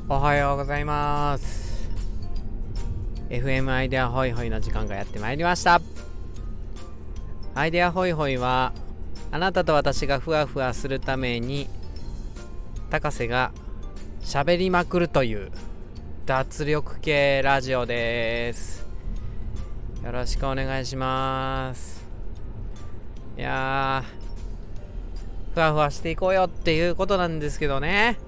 おはようございます。 FM アイデアホイホイの時間がやってまいりました。アイデアホイホイはあなたと私がふわふわするために高瀬が喋りまくるという脱力系ラジオです。よろしくお願いします。いやふわふわしていこうよっていうことなんですけどね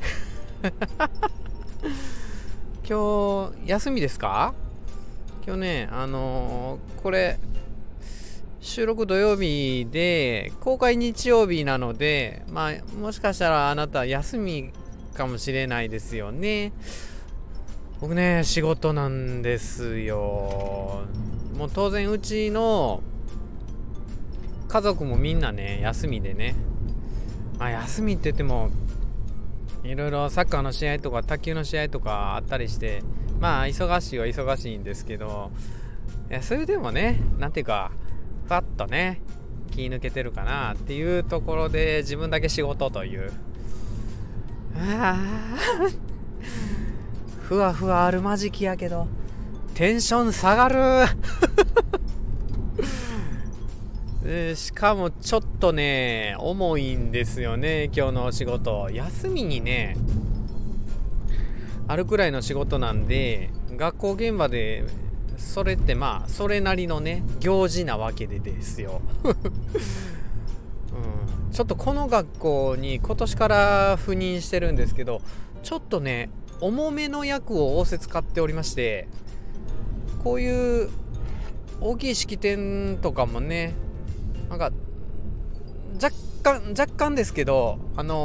今日休みですか？今日ねこれ収録土曜日で公開日曜日なので、もしかしたらあなた休みかもしれないですよね。僕ね仕事なんですよ。もう当然うちの家族もみんなね休みでね、休みって言ってもいろいろサッカーの試合とか卓球の試合とかあったりして、忙しいは忙しいんですけど、それでもねなんていうかふわっとね気抜けてるかなっていうところで自分だけ仕事というふわふわあるまじきやけどテンション下がるしかもちょっとね重いんですよね。今日の仕事休みにねあるくらいの仕事なんで、学校現場でそれってそれなりのね行事なわけでですよ、ちょっとこの学校に今年から赴任してるんですけど、ちょっとね重めの役を仰せつかっておりまして、こういう大きい式典とかもねなんか若干ですけど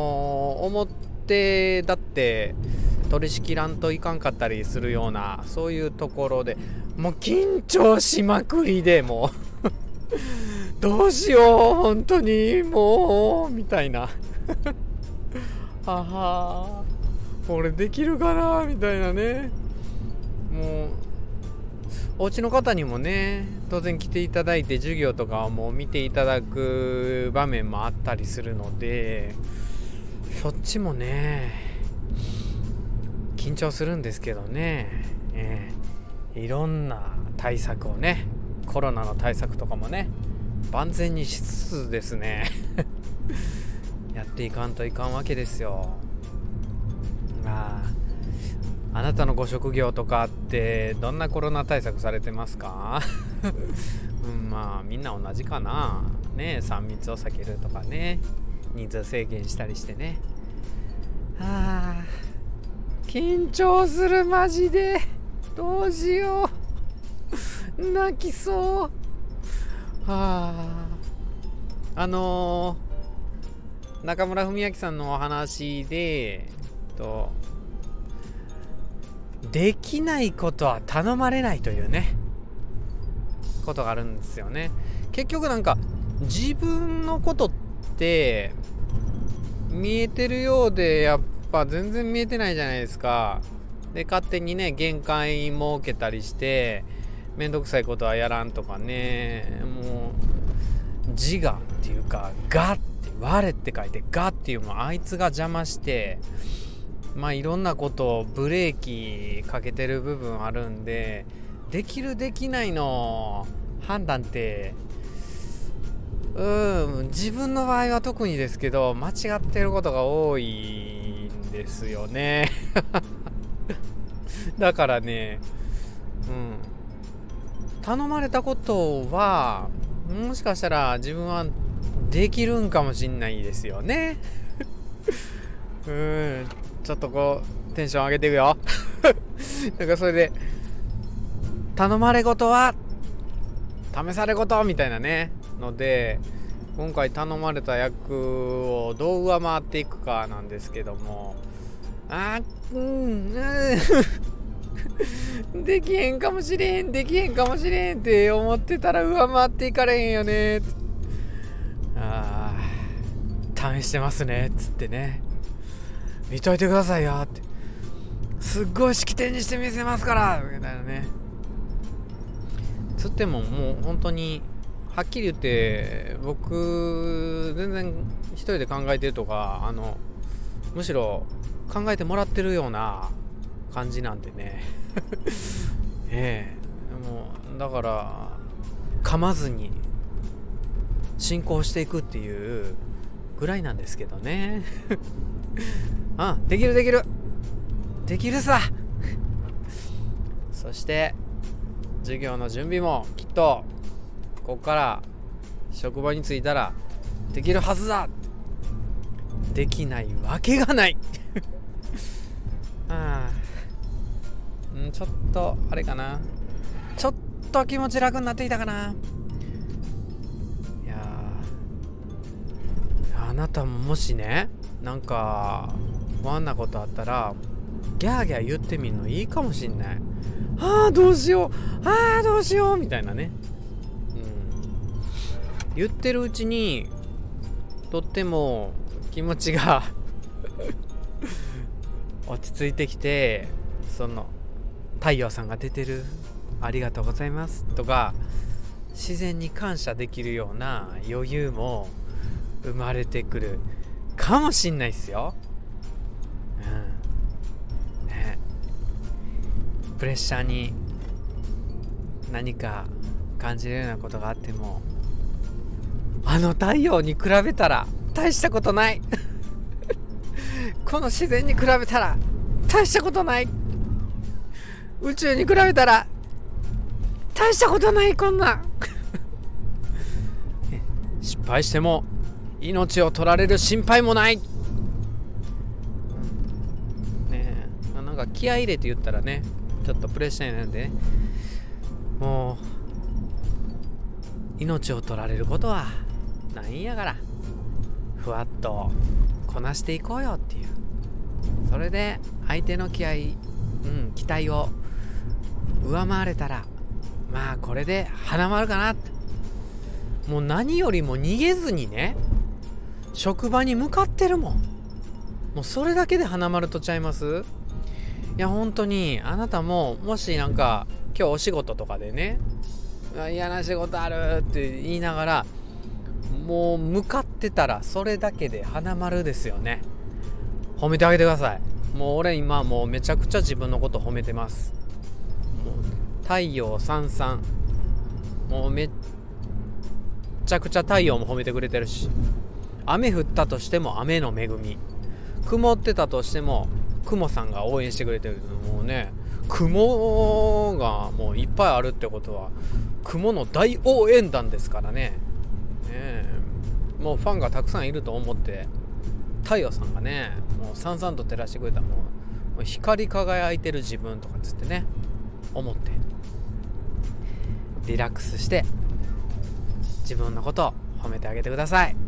表だって取り仕切らんといかんかったりするような、そういうところでもう緊張しまくりでもうどうしよう本当にもうみたいな俺できるかなみたいなね。もうお家の方にもね当然来ていただいて授業とかも見ていただく場面もあったりするので、そっちもね緊張するんですけどね、いろんな対策をね、コロナの対策とかもね万全にしつつですねやっていかんといかんわけですよ。あなたのご職業とかってどんなコロナ対策されてますか？みんな同じかなね。3密を避けるとかね、人数制限したりしてね。緊張するマジでどうしよう泣きそう。中村文明さんのお話でできないことは頼まれないというねことがあるんですよね。結局自分のことって見えてるようでやっぱ全然見えてないじゃないですか。で勝手にね限界設けたりしてめんどくさいことはやらんとかね、もう自我っていうか我って我って書いて我っていうあいつが邪魔していろんなことをブレーキかけてる部分あるんで、できるできないの判断って自分の場合は特にですけど間違ってることが多いんですよねだからね頼まれたことはもしかしたら自分はできるんかもしんないですよねちょっとテンション上げていくよそれで頼まれごとは試されごとみたいなねので、今回頼まれた役をどう上回っていくかなんですけども、できへんかもしれんって思ってたら上回っていかれへんよね。試してますねっつってね、見といてくださいよって、すっごい式典にしてみせますからみたいなね。つってももう本当にはっきり言って僕全然一人で考えてるとかむしろ考えてもらってるような感じなんでねもうだから噛まずに進行していくっていうぐらいなんですけどねできるさそして授業の準備もきっとここから職場に着いたらできるはずだ。できないわけがないちょっとあれかな、ちょっと気持ち楽になってきたかな。いやあなたももしね、なんか不安なことあったらギャーギャー言ってみるのいいかもしんない。どうしようみたいなね、言ってるうちにとっても気持ちが落ち着いてきて、その太陽さんが出てる、ありがとうございますとか自然に感謝できるような余裕も生まれてくるかもしんないですよ。プレッシャーに何か感じるようなことがあっても、あの太陽に比べたら大したことないこの自然に比べたら大したことない、宇宙に比べたら大したことない、こんな失敗しても命を取られる心配もない、なんか気合い入れて言ったらねちょっとプレッシャーなんで、もう命を取られることはないんやから、ふわっとこなしていこうよっていう、それで相手の期待を上回れたら、まあこれで花丸かなって。もう何よりも逃げずにね、職場に向かってるもん。もうそれだけで花丸とちゃいます？いや本当にあなたも、もしなんか今日お仕事とかでね、嫌な仕事あるって言いながらもう向かってたら、それだけで花丸ですよね。褒めてあげてください。もう俺今もうめちゃくちゃ自分のこと褒めてます。もう太陽さんさん、もうめっちゃくちゃ太陽も褒めてくれてるし、雨降ったとしても雨の恵み、曇ってたとしても雲さんが応援してくれてる。もうね、雲がもういっぱいあるってことは雲の大応援団ですからね。もうファンがたくさんいると思って、太陽さんがねもうさんさんと照らしてくれた、もう光り輝いてる自分とかつってね思ってリラックスして自分のことを褒めてあげてください。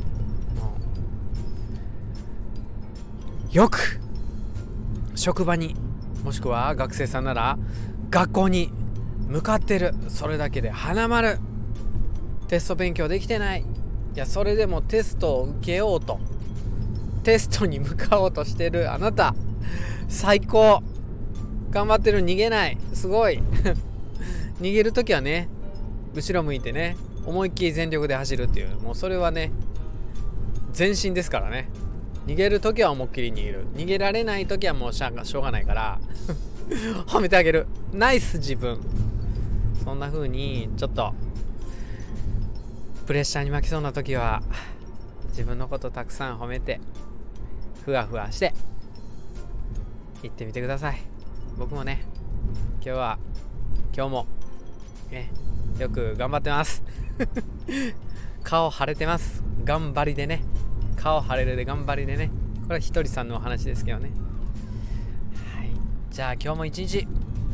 よく職場に、もしくは学生さんなら学校に向かってる、それだけで花丸。テスト勉強できてない、いやそれでもテストを受けようと、テストに向かおうとしてるあなた、最高。頑張ってる、逃げない、すごい逃げるときはね後ろ向いてね、思いっきり全力で走るっていう、もうそれはね前進ですからね。逃げるときは思いっきり逃げる、逃げられないときはもうしょうがないから褒めてあげる、ナイス自分。そんな風にちょっとプレッシャーに負けそうなときは自分のことたくさん褒めてふわふわして行ってみてください。僕もね今日もねよく頑張ってます顔腫れてます。頑張りでね、顔腫れるで頑張りでね、これはひとりさんのお話ですけどね。はい、じゃあ今日も一日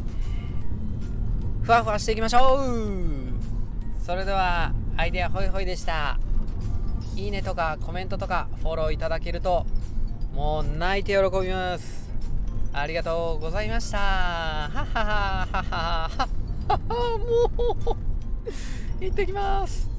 ふわふわしていきましょう。それではアイデアホイホイでした。いいねとかコメントとかフォローいただけるともう泣いて喜びます。ありがとうございました。ははははははは、もう行ってきます。